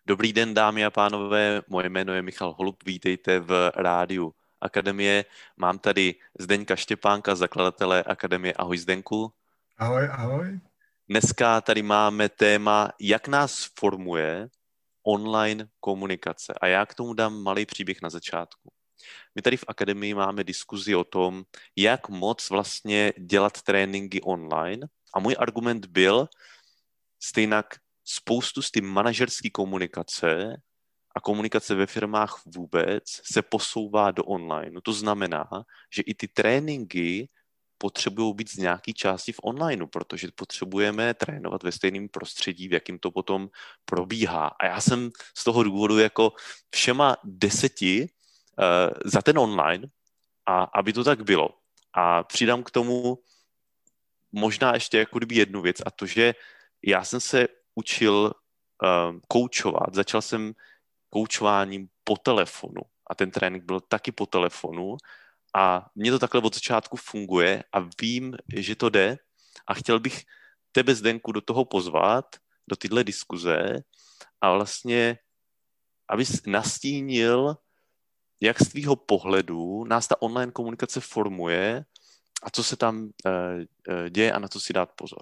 Dobrý den, dámy a pánové, moje jméno je Michal Holub, vítejte v rádiu Akademie. Mám tady Zdeňka Štěpánka, zakladatele Akademie. Ahoj Zdenku. Ahoj, ahoj. Dneska tady máme téma, jak nás formuje online komunikace. A já k tomu dám malý příběh na začátku. My tady v Akademii máme diskuzi o tom, jak moc vlastně dělat tréninky online. A můj argument byl stejnak spoustu z té manažerské komunikace a komunikace ve firmách vůbec se posouvá do online. No to znamená, že i ty tréninky potřebují být z nějaké části v onlineu, protože potřebujeme trénovat ve stejném prostředí, v jakým to potom probíhá. A já jsem z toho důvodu jako všema 10 za ten online, a aby to tak bylo. A přidám k tomu možná ještě jako kdyby jednu věc, a to, že já jsem se učil koučovat, začal jsem koučováním po telefonu a ten trénink byl taky po telefonu a mně to takhle od začátku funguje a vím, že to jde a chtěl bych tebe, Zdenku, do toho pozvat, do téhle diskuze a vlastně, abys nastínil, jak z tvýho pohledu nás ta online komunikace formuje a co se tam děje a na co si dát pozor.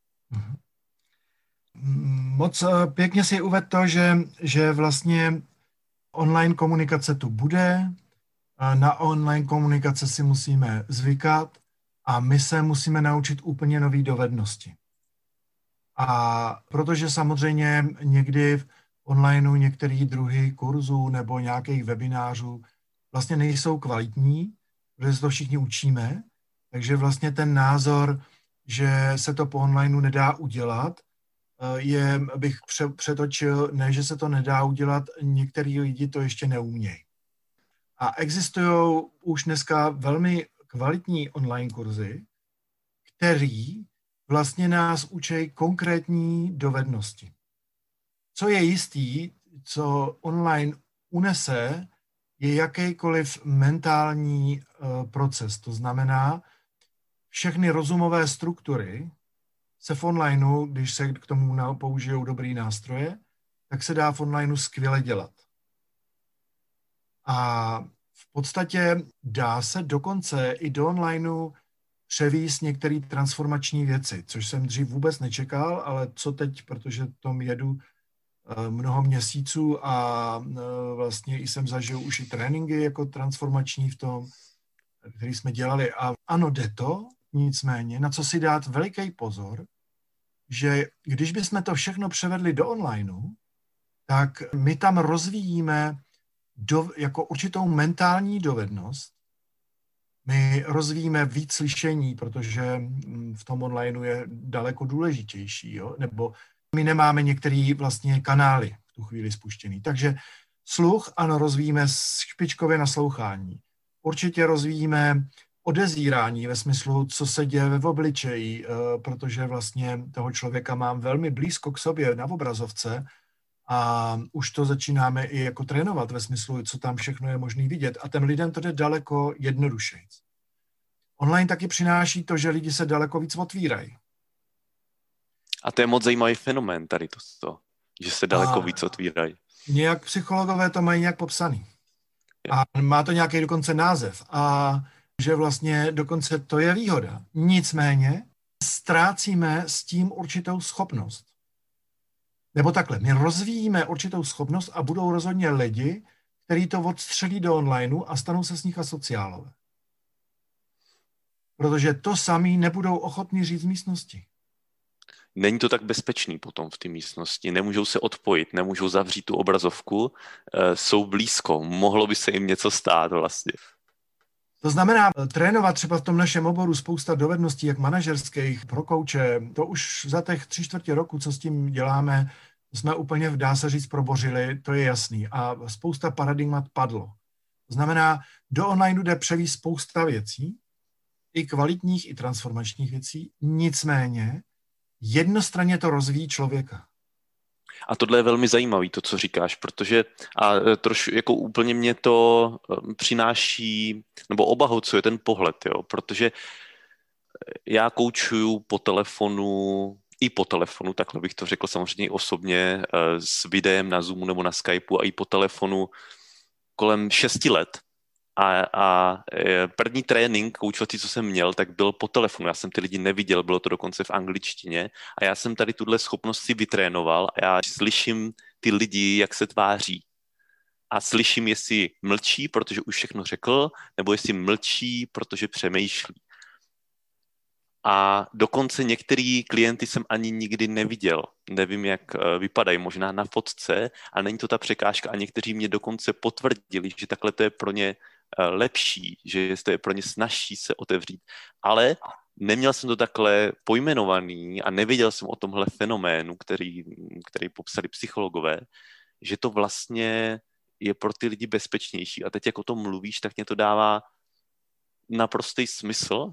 Moc pěkně si uvedl to, že vlastně online komunikace tu bude, na online komunikace si musíme zvykat a my se musíme naučit úplně nové dovednosti. A protože samozřejmě někdy v onlineu některé druhy kurzů nebo nějakých webinářů vlastně nejsou kvalitní, protože se to všichni učíme, takže vlastně ten názor, že se to po onlineu nedá udělat, bych přetočil, ne, že se to nedá udělat, některý lidi to ještě neumějí. A existují už dneska velmi kvalitní online kurzy, který vlastně nás učí konkrétní dovednosti. Co je jistý, co online unese, je jakýkoliv mentální proces. To znamená, všechny rozumové struktury se v onlineu, když se k tomu použijou dobrý nástroje, tak se dá v onlineu skvěle dělat. A v podstatě dá se dokonce i do onlineu převíst některé transformační věci, což jsem dřív vůbec nečekal, ale co teď, protože tom jedu mnoho měsíců a vlastně i jsem zažil už i tréninky jako transformační v tom, který jsme dělali. A ano, jde to, nicméně, na co si dát veliký pozor, že když bychom to všechno převedli do onlineu, tak my tam rozvíjíme jako určitou mentální dovednost. My rozvíjíme víc slyšení, protože v tom onlineu je daleko důležitější, jo? Nebo my nemáme některé vlastně kanály v tu chvíli spuštěný. Takže sluch, ano, rozvíjíme špičkově naslouchání. Určitě rozvíjíme odezírání ve smyslu, co se děje ve obličeji, protože vlastně toho člověka mám velmi blízko k sobě na obrazovce a už to začínáme i jako trénovat ve smyslu, co tam všechno je možné vidět a těm lidem to jde daleko jednodušeji. Online taky přináší to, že lidi se daleko víc otvírají. A to je moc zajímavý fenomén tady to, že se daleko víc otvírají. Nějak psychologové to mají nějak popsaný. A má to nějaký dokonce název. A že vlastně dokonce to je výhoda. Nicméně ztrácíme s tím určitou schopnost. Nebo takhle, my rozvíjíme určitou schopnost a budou rozhodně lidi, kteří to odstřelí do onlineu a stanou se z nich asociálové. Protože to samý nebudou ochotní říct v místnosti. Není to tak bezpečný potom v té místnosti, nemůžou se odpojit, nemůžou zavřít tu obrazovku, jsou blízko, mohlo by se jim něco stát vlastně. To znamená, trénovat třeba v tom našem oboru spousta dovedností, jak manažerských, pro kouče, to už za těch 3/4 roku, co s tím děláme, jsme úplně, dá se říct, probořili, to je jasný. A spousta paradigmat padlo. To znamená, do onlineu jde převíst spousta věcí, i kvalitních, i transformačních věcí, nicméně jednostranně to rozvíjí člověka. A tohle je velmi zajímavý, to, co říkáš, protože a trošku jako úplně mě to přináší, nebo obohacuje ten pohled, jo, protože já koučuju po telefonu i po telefonu, takhle bych to řekl samozřejmě i osobně, s videem na Zoomu nebo na Skypeu a i po telefonu kolem 6 let. A první trénink koučovací, co jsem měl, tak byl po telefonu. Já jsem ty lidi neviděl, bylo to dokonce v angličtině a já jsem tady tuhle schopnost si vytrénoval a já slyším ty lidi, jak se tváří. A slyším, jestli mlčí, protože už všechno řekl, nebo jestli mlčí, protože přemýšlí. A dokonce některý klienty jsem ani nikdy neviděl. Nevím, jak vypadají, možná na fotce, a není to ta překážka. A někteří mě dokonce potvrdili, že takhle to je pro ně lepší, že to je pro ně snazší se otevřít. Ale neměl jsem to takhle pojmenovaný a nevěděl jsem o tomhle fenoménu, který popsali psychologové, že to vlastně je pro ty lidi bezpečnější. A teď, jak o tom mluvíš, tak mě to dává naprostý smysl.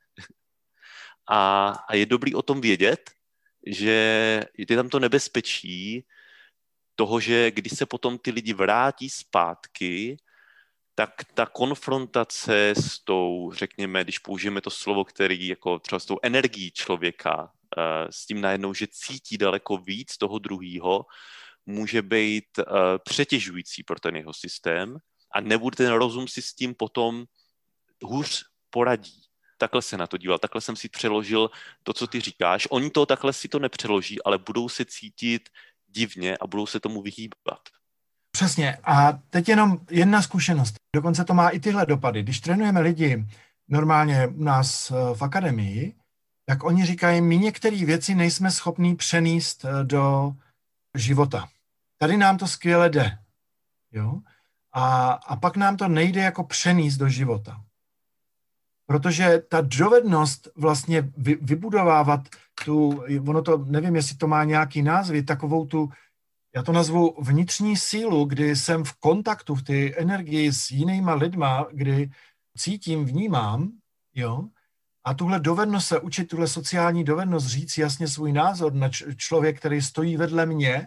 A je dobrý o tom vědět, že je tam to nebezpečí toho, že když se potom ty lidi vrátí zpátky, tak ta konfrontace s tou, řekněme, když použijeme to slovo, který jako třeba s tou energií člověka, s tím najednou, že cítí daleko víc toho druhýho, může být přetěžující pro ten jeho systém a nebude ten rozum si s tím potom hůř poradí. Takhle se na to díval, takhle jsem si přeložil to, co ty říkáš. Oni to takhle si to nepřeloží, ale budou se cítit divně a budou se tomu vyhýbat. Přesně. A teď jenom jedna zkušenost. Dokonce to má i tyhle dopady. Když trénujeme lidi normálně u nás v akademii, tak oni říkají, my některé věci nejsme schopní přenést do života. Tady nám to skvěle jde. Jo? A pak nám to nejde jako přenést do života. Protože ta dovednost vlastně vybudovávat ono to, nevím, jestli to má nějaký názvy, takovou tu, já to nazvu vnitřní sílu, kdy jsem v kontaktu, v té energii s jinýma lidma, kdy cítím, vnímám, jo, a tuhle dovednost se učit, tuhle sociální dovednost říct jasně svůj názor na člověk, který stojí vedle mě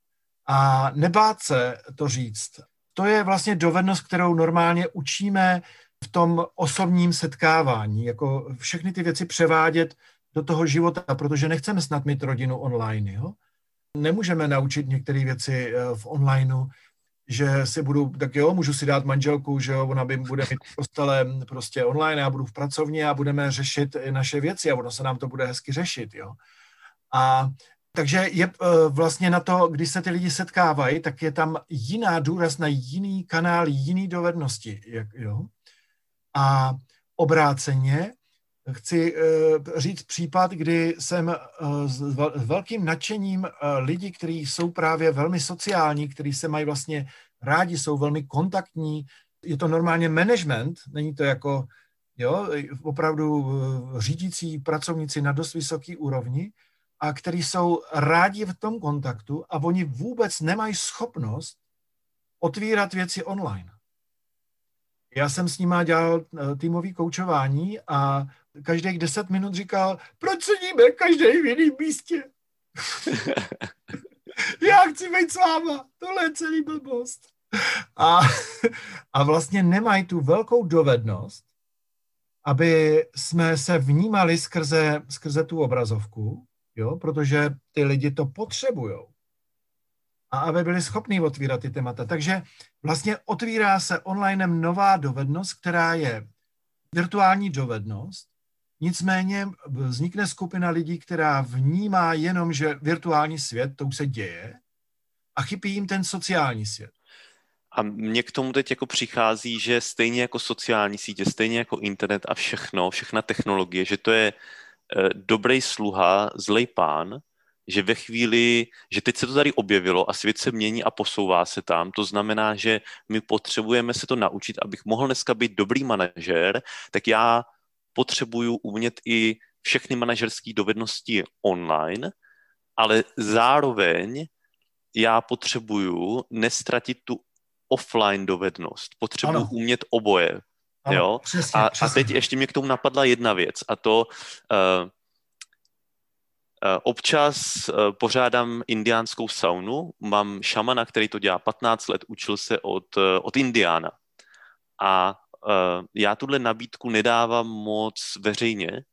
a nebát se to říct. To je vlastně dovednost, kterou normálně učíme v tom osobním setkávání, jako všechny ty věci převádět do toho života, protože nechceme snad mít rodinu online, jo? Nemůžeme naučit některé věci v onlineu, že si budu, tak jo, můžu si dát manželku, že jo, ona bude mít postele prostě online, já budu v pracovně a budeme řešit naše věci a ono se nám to bude hezky řešit, jo. A takže je vlastně na to, když se ty lidi setkávají, tak je tam jiná důraz na jiný kanál, jiný dovednosti, jo. A obráceně chci říct případ, kdy jsem s velkým nadšením lidí, kteří jsou právě velmi sociální, kteří se mají vlastně rádi, jsou velmi kontaktní. Je to normálně management, není to jako opravdu řídící pracovníci na dost vysoké úrovni, a kteří jsou rádi v tom kontaktu a oni vůbec nemají schopnost otvírat věci online. Já jsem s nima dělal týmový koučování a každých 10 minut říkal, proč sedíme každý v jiném místě? Já chci být s váma, tohle je celý blbost. A vlastně nemají tu velkou dovednost, aby jsme se vnímali skrze tu obrazovku, jo, protože ty lidi to potřebujou. A aby byli schopní otvírat ty témata. Takže vlastně otvírá se onlinem nová dovednost, která je virtuální dovednost, nicméně vznikne skupina lidí, která vnímá jenom, že virtuální svět, to už se děje, a chybí jim ten sociální svět. A mně k tomu teď jako přichází, že stejně jako sociální sítě, stejně jako internet a všechna technologie, že to je dobrý sluha, zlej pán, že ve chvíli, že teď se to tady objevilo a svět se mění a posouvá se tam, to znamená, že my potřebujeme se to naučit, abych mohl dneska být dobrý manažer, tak já potřebuju umět i všechny manažerské dovednosti online, ale zároveň já potřebuju nestratit tu offline dovednost. Potřebuju umět oboje. Ano, jo? Přesně. A teď ještě mě k tomu napadla jedna věc a to občas pořádám indiánskou saunu, mám šamana, který to dělá 15 let, učil se od Indiána. A já tuhle nabídku nedávám moc veřejně,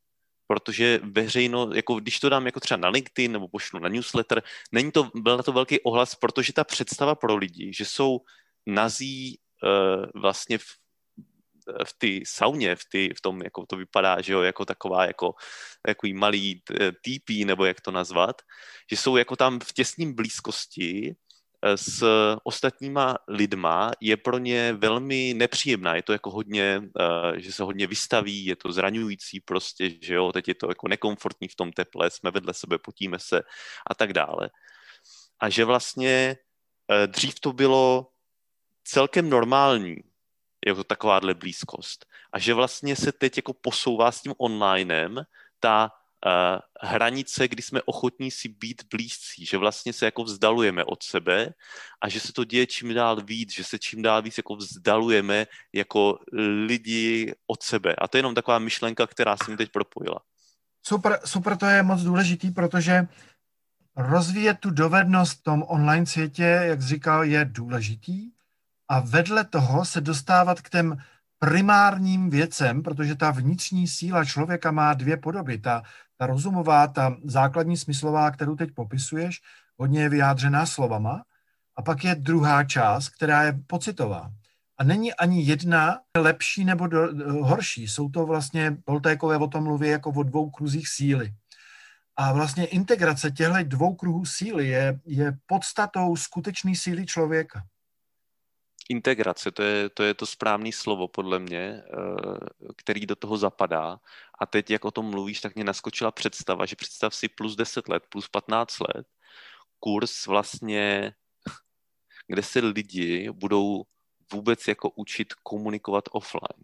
protože jako když to dám jako třeba na LinkedIn nebo pošlu na newsletter, byl na to velký ohlas, protože ta představa pro lidi, že jsou nazí vlastně v té sauně, v tom, jako to vypadá, že jo, jako takový malý týpí, nebo jak to nazvat, že jsou jako tam v těsným blízkosti s ostatníma lidma, je pro ně velmi nepříjemná. Je to jako hodně, že se hodně vystaví, je to zraňující prostě, že jo, teď je to jako nekomfortní v tom teple, jsme vedle sebe, potíme se a tak dále. A že vlastně dřív to bylo celkem normální, jako takováhle blízkost. A že vlastně se teď jako posouvá s tím onlinem ta hranice, kdy jsme ochotní si být blízcí, že vlastně se jako vzdalujeme od sebe a že se to děje čím dál víc, že se čím dál víc jako vzdalujeme jako lidi od sebe. A to je jenom taková myšlenka, která se mi teď propojila. Super, to je moc důležitý, protože rozvíjet tu dovednost v tom online světě, jak jsi říkal, je důležitý a vedle toho se dostávat k těm primárním věcem, protože ta vnitřní síla člověka má dvě podoby. Ta rozumová, ta základní smyslová, kterou teď popisuješ, hodně je vyjádřená slovama, a pak je druhá část, která je pocitová. A není ani jedna lepší nebo horší. Jsou to vlastně, Toltékové o tom mluví jako o dvou kruzích síly. A vlastně integrace těchto dvou kruhů síly je podstatou skutečné síly člověka. Integrace, to je to správné slovo podle mě, který do toho zapadá. A teď, jak o tom mluvíš, tak mě naskočila představa, že představ si plus 10 let, plus 15 let, kurz vlastně, kde se lidi budou vůbec jako učit komunikovat offline.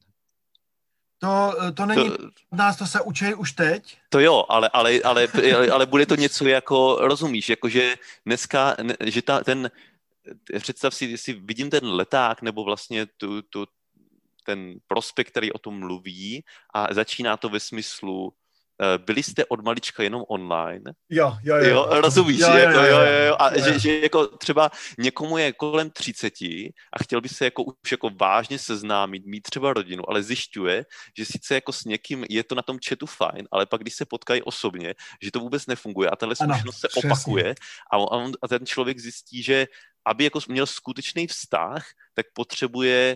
To není nás, to se učí už teď. To jo, ale bude to něco jako, rozumíš, jakože dneska, že představ si, jestli vidím ten leták nebo vlastně ten prospekt, který o tom mluví a začíná to ve smyslu byli jste od malička jenom online. Jo. Rozumíš, jo. A že jako třeba někomu je kolem 30 a chtěl by se jako už jako vážně seznámit, mít třeba rodinu, ale zjišťuje, že sice jako s někým je to na tom chatu fajn, ale pak když se potkají osobně, že to vůbec nefunguje a tahle zkušenost se opakuje a ten člověk zjistí, že aby jako měl skutečný vztah, tak potřebuje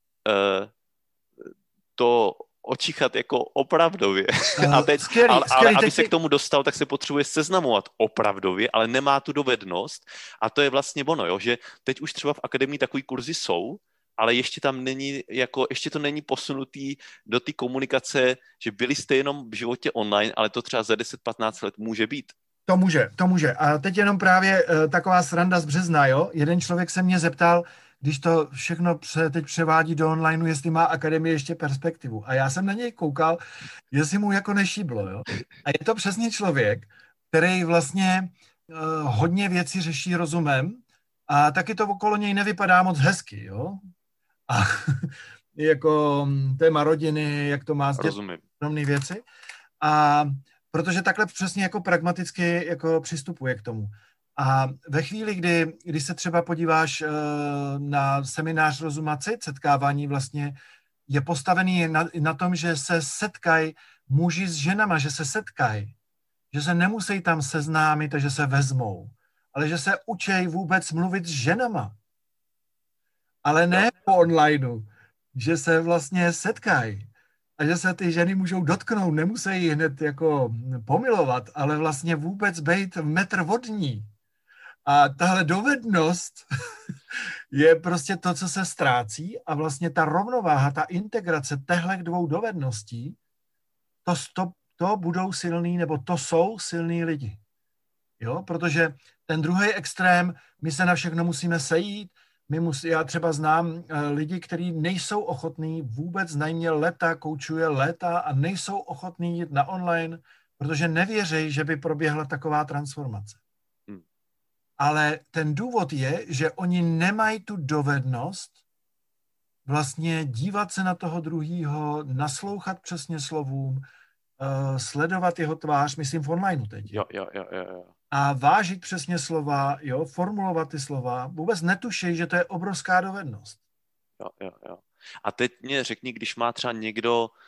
to očichat jako opravdově. Ale aby se k tomu dostal, tak se potřebuje seznamovat opravdově, ale nemá tu dovednost. A to je vlastně ono, jo, že teď už třeba v akademii takový kurzy jsou, ale ještě tam není, ještě to není posunutý do té komunikace, že byli jste jenom v životě online, ale to třeba za 10-15 let může být. To může. A teď jenom právě taková sranda z března, jo. Jeden člověk se mě zeptal, když to všechno teď převádí do onlineu, jestli má akademie ještě perspektivu. A já jsem na něj koukal, jestli mu jako nešiblo, jo. A je to přesně člověk, který vlastně hodně věcí řeší rozumem a taky to okolo něj nevypadá moc hezky, jo. A jako téma rodiny, jak to má s dětmi, věci. A protože takhle přesně jako pragmaticky jako přistupuje k tomu. A ve chvíli, kdy se třeba podíváš na seminář Rozum a cit, setkávání vlastně je postavený na tom, že se setkají muži s ženama, že se setkají, že se nemusí tam seznámit a že se vezmou, ale že se učí vůbec mluvit s ženama. Ale ne po onlineu, že se vlastně setkají. A že se ty ženy můžou dotknout, nemusí ji hned jako pomilovat, ale vlastně vůbec být metr vodní. A tahle dovednost je prostě to, co se ztrácí a vlastně ta rovnováha, ta integrace těchto dvou dovedností, to budou silný, nebo to jsou silní lidi. Jo? Protože ten druhý extrém, my se na všechno musíme sejít, já třeba znám lidi, kteří nejsou ochotní vůbec najmě léta, koučuje léta a nejsou ochotní jít na online, protože nevěří, že by proběhla taková transformace. Ale ten důvod je, že oni nemají tu dovednost vlastně dívat se na toho druhýho, naslouchat přesně slovům, sledovat jeho tvář, myslím v onlineu teď. Jo. A vážit přesně slova, jo, formulovat ty slova, vůbec netuší, že to je obrovská dovednost. Jo. A teď mě řekni, když má třeba někdo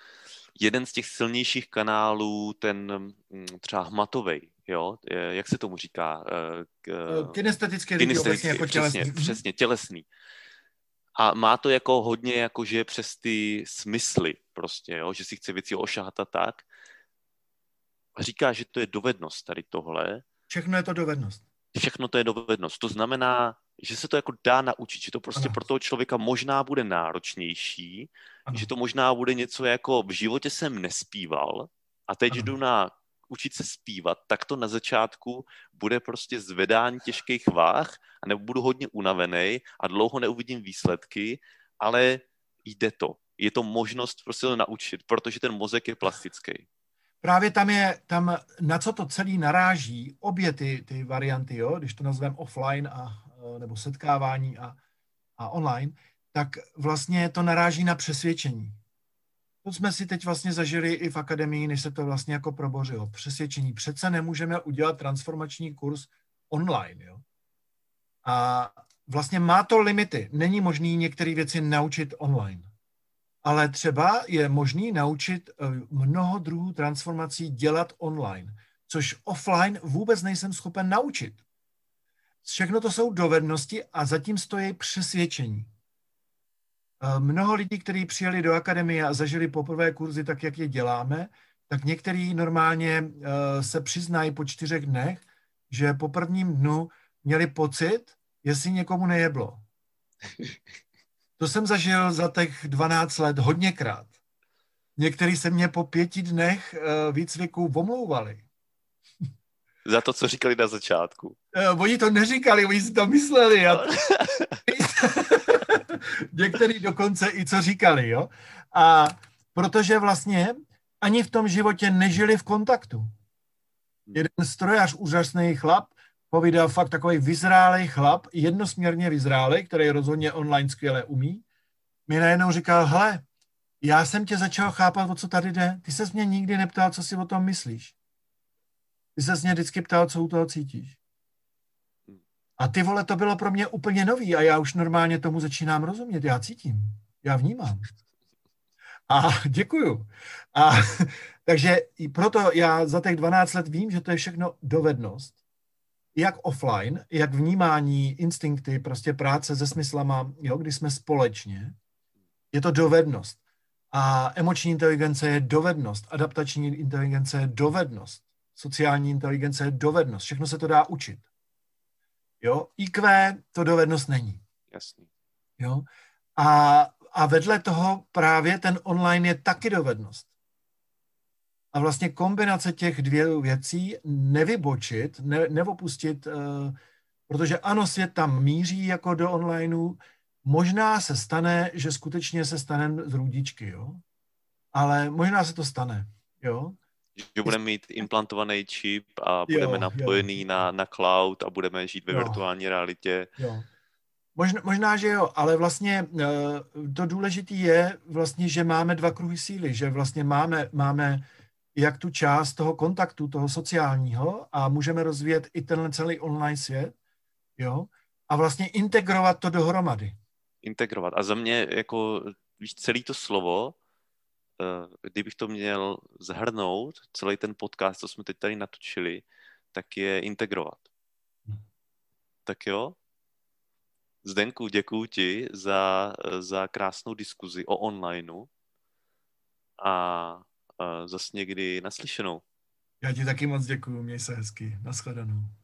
jeden z těch silnějších kanálů, ten třeba hmatovej, jo, jak se tomu říká? Kinestetický lidi obecně jako tělesný. Přesně, tělesný. A má to jako hodně, jako že přes ty smysly prostě, jo, že si chce věci ošahat a tak. A říká, že to je dovednost tady tohle. Všechno je to dovednost. Všechno to je dovednost. To znamená, že se to jako dá naučit, že to prostě pro toho člověka možná bude náročnější, že to možná bude něco jako v životě jsem nespíval a teď jdu učit se zpívat, tak to na začátku bude prostě zvedání těžkých váh a nebo budu hodně unavený a dlouho neuvidím výsledky, ale jde to. Je to možnost prostě to naučit, protože ten mozek je plastický. Právě tam na co to celý naráží, obě ty varianty, jo, když to nazveme offline nebo setkávání a online, tak vlastně to naráží na přesvědčení. To jsme si teď vlastně zažili i v akademii, než se to vlastně jako probořilo. Přesvědčení. Přece nemůžeme udělat transformační kurz online, jo. A vlastně má to limity. Není možný některé věci naučit online. Ale třeba je možný naučit mnoho druhů transformací dělat online, což offline vůbec nejsem schopen naučit. Všechno to jsou dovednosti a zatím stojí přesvědčení. Mnoho lidí, kteří přijeli do akademie a zažili poprvé kurzy tak, jak je děláme, tak některý normálně se přiznají po 4 dnech, že po prvním dnu měli pocit, jestli někomu nejeblo. To jsem zažil za těch 12 let hodněkrát. Někteří se mě po 5 dnech výcviku omlouvali. Za to, co říkali na začátku. Oni to neříkali, oni si to mysleli. Někteří dokonce i co říkali. Jo? A protože vlastně ani v tom životě nežili v kontaktu. Jeden strojař, úžasný chlap, povídal fakt takový vyzrálej chlap, jednosměrně vyzrálej, který rozhodně online skvěle umí, mi najednou říkal, hele, já jsem tě začal chápat, o co tady jde. Ty ses mě nikdy neptal, co si o tom myslíš. Ty ses mě vždycky ptal, co u toho cítíš. A ty vole, to bylo pro mě úplně nový a já už normálně tomu začínám rozumět. Já cítím, já vnímám. A děkuju. Takže i proto já za těch 12 let vím, že to je všechno dovednost. Jak offline, jak vnímání, instinkty, prostě práce se smyslama, jo, kdy jsme společně, je to dovednost. A emoční inteligence je dovednost, adaptační inteligence je dovednost, sociální inteligence je dovednost, všechno se to dá učit. Jo, IQ to dovednost není. Jasný. Jo, a vedle toho právě ten online je taky dovednost. A vlastně kombinace těch 2 věcí nevybočit, neopustit, protože ano, svět tam míří jako do onlineu, možná se stane, že skutečně se stane z růdičky, jo? Ale možná se to stane, jo? Že budeme mít implantovaný čip a budeme napojený na cloud a budeme žít ve virtuální realitě. Jo. Možná, že jo, ale vlastně to důležité je vlastně, že máme 2 kruhy síly, že vlastně máme jak tu část toho kontaktu, toho sociálního a můžeme rozvíjet i tenhle celý online svět, jo, a vlastně integrovat to dohromady. Integrovat. A za mě, jako, víš, celý to slovo, kdybych to měl zhrnout, celý ten podcast, co jsme teď tady natočili, tak je integrovat. Tak jo? Zdenku, děkuju ti za krásnou diskuzi o onlineu a zas někdy naslyšenou. Já ti taky moc děkuju, měj se hezky. Nashledanou.